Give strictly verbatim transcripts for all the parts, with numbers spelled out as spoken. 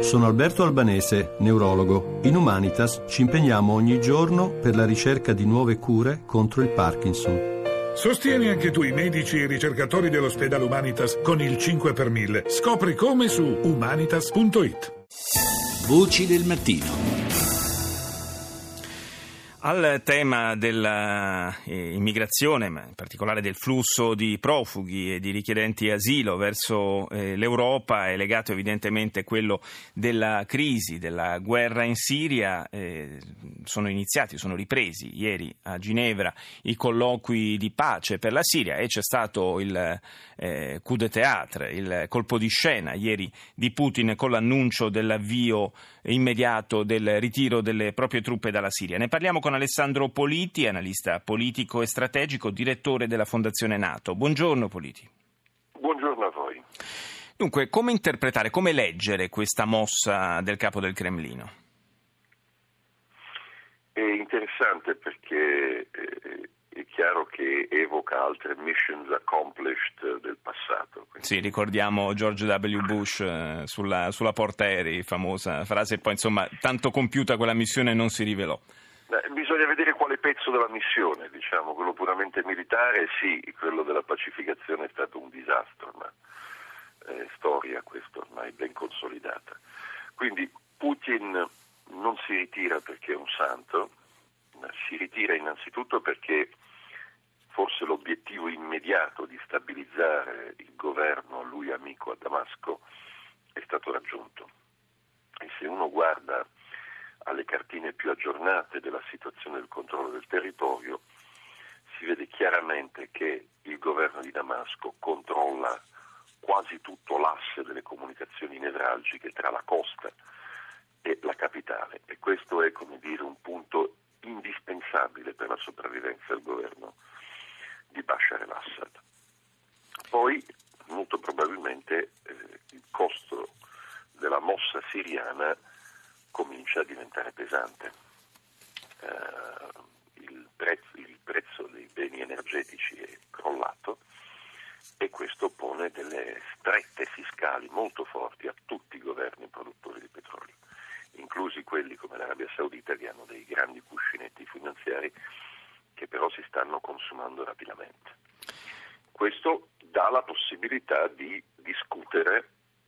Sono Alberto Albanese, neurologo. In Humanitas ci impegniamo ogni giorno per la ricerca di nuove cure contro il Parkinson. Sostieni anche tu i medici e i ricercatori dell'ospedale Humanitas con il cinque per mille. Scopri come su humanitas punto it. Voci del mattino. Al tema dell'immigrazione, ma in particolare del flusso di profughi e di richiedenti asilo verso eh, l'Europa, è legato evidentemente quello della crisi, della guerra in Siria. Eh, sono iniziati, sono ripresi ieri a Ginevra i colloqui di pace per la Siria e c'è stato il eh, coup de théâtre, il colpo di scena ieri di Putin con l'annuncio dell'avvio immediato del ritiro delle proprie truppe dalla Siria. Ne parliamo con Alessandro Politi, analista politico e strategico, direttore della Fondazione NATO. Buongiorno Politi. Buongiorno a voi. Dunque, come interpretare, come leggere questa mossa del capo del Cremlino? È interessante perché eh, è chiaro che evoca altre missions accomplished del passato. Quindi... Sì, ricordiamo George W. Bush eh, sulla, sulla portaerei, famosa frase, e poi insomma tanto compiuta quella missione non si rivelò. Eh, bisogna vedere quale pezzo della missione, diciamo, quello puramente militare, sì, quello della pacificazione è stato un disastro, ma è storia questa ormai ben consolidata. Quindi Putin non si ritira perché è un santo, ma si ritira innanzitutto perché forse l'obiettivo immediato di stabilizzare il governo a lui amico a Damasco è stato raggiunto. E se uno guarda alle cartine più aggiornate della situazione del controllo del territorio, si vede chiaramente che il governo di Damasco controlla quasi tutto l'asse delle comunicazioni nevralgiche tra la costa e la capitale, e questo è, come dire, un punto indispensabile per la sopravvivenza del governo di Bashar al-Assad. Poi, molto probabilmente, eh, il costo della mossa siriana comincia a diventare pesante. Uh, il, prezzo, il prezzo dei beni energetici è crollato e questo pone delle strette fiscali molto forti a tutti i governi produttori di petrolio, inclusi quelli come l'Arabia Saudita, che hanno dei grandi cuscinetti finanziari che però si stanno consumando rapidamente. Questo dà la possibilità di discutere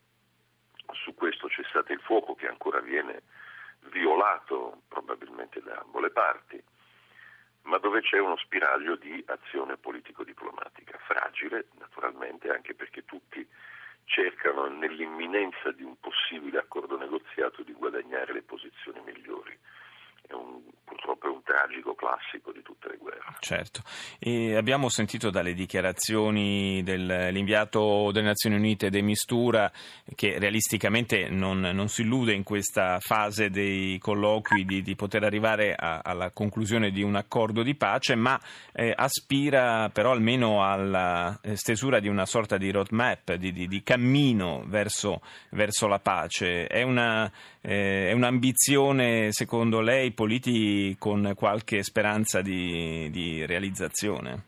su questo cessate il fuoco, che ancora viene violato probabilmente da ambo le parti, ma dove c'è uno spiraglio di azione politico-diplomatica, fragile naturalmente, anche perché tutti cercano nell'imminenza di un possibile accordo negoziato di guadagnare le posizioni migliori. È un, purtroppo è un tragico classico di tutte le guerre. Certo. E abbiamo sentito dalle dichiarazioni dell'inviato delle Nazioni Unite De Mistura che realisticamente non, non si illude in questa fase dei colloqui di, di poter arrivare a, alla conclusione di un accordo di pace, ma eh, aspira però almeno alla stesura di una sorta di roadmap, di, di, di cammino verso, verso la pace. È una, eh, è un'ambizione, secondo lei, Politi, con qualche speranza di, di realizzazione?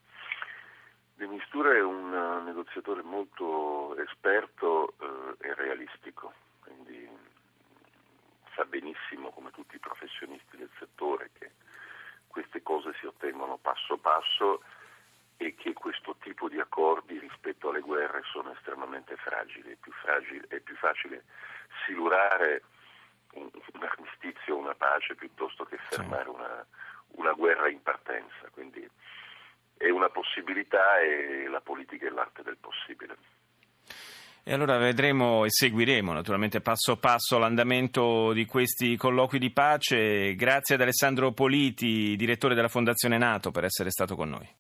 De Mistura è un negoziatore molto esperto eh, e realistico, quindi sa benissimo, come tutti i professionisti del settore, che queste cose si ottengono passo passo e che questo tipo di accordi rispetto alle guerre sono estremamente fragili. È più, fragile, è più facile silurare un armistizio, una pace, piuttosto che fermare una, una guerra in partenza. Quindi è una possibilità e la politica è l'arte del possibile. E allora vedremo e seguiremo naturalmente passo passo l'andamento di questi colloqui di pace. Grazie ad Alessandro Politi, direttore della Fondazione NATO, per essere stato con noi.